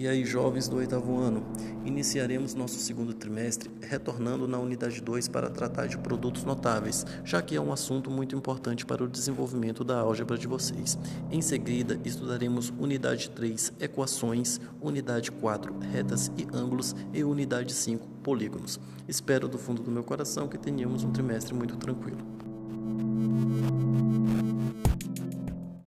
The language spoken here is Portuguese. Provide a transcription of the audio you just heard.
E aí, jovens do oitavo ano, iniciaremos nosso segundo trimestre retornando na unidade 2 para tratar de produtos notáveis, já que é um assunto muito importante para o desenvolvimento da álgebra de vocês. Em seguida, estudaremos unidade 3, equações, unidade 4, retas e ângulos e unidade 5, polígonos. Espero do fundo do meu coração que tenhamos um trimestre muito tranquilo.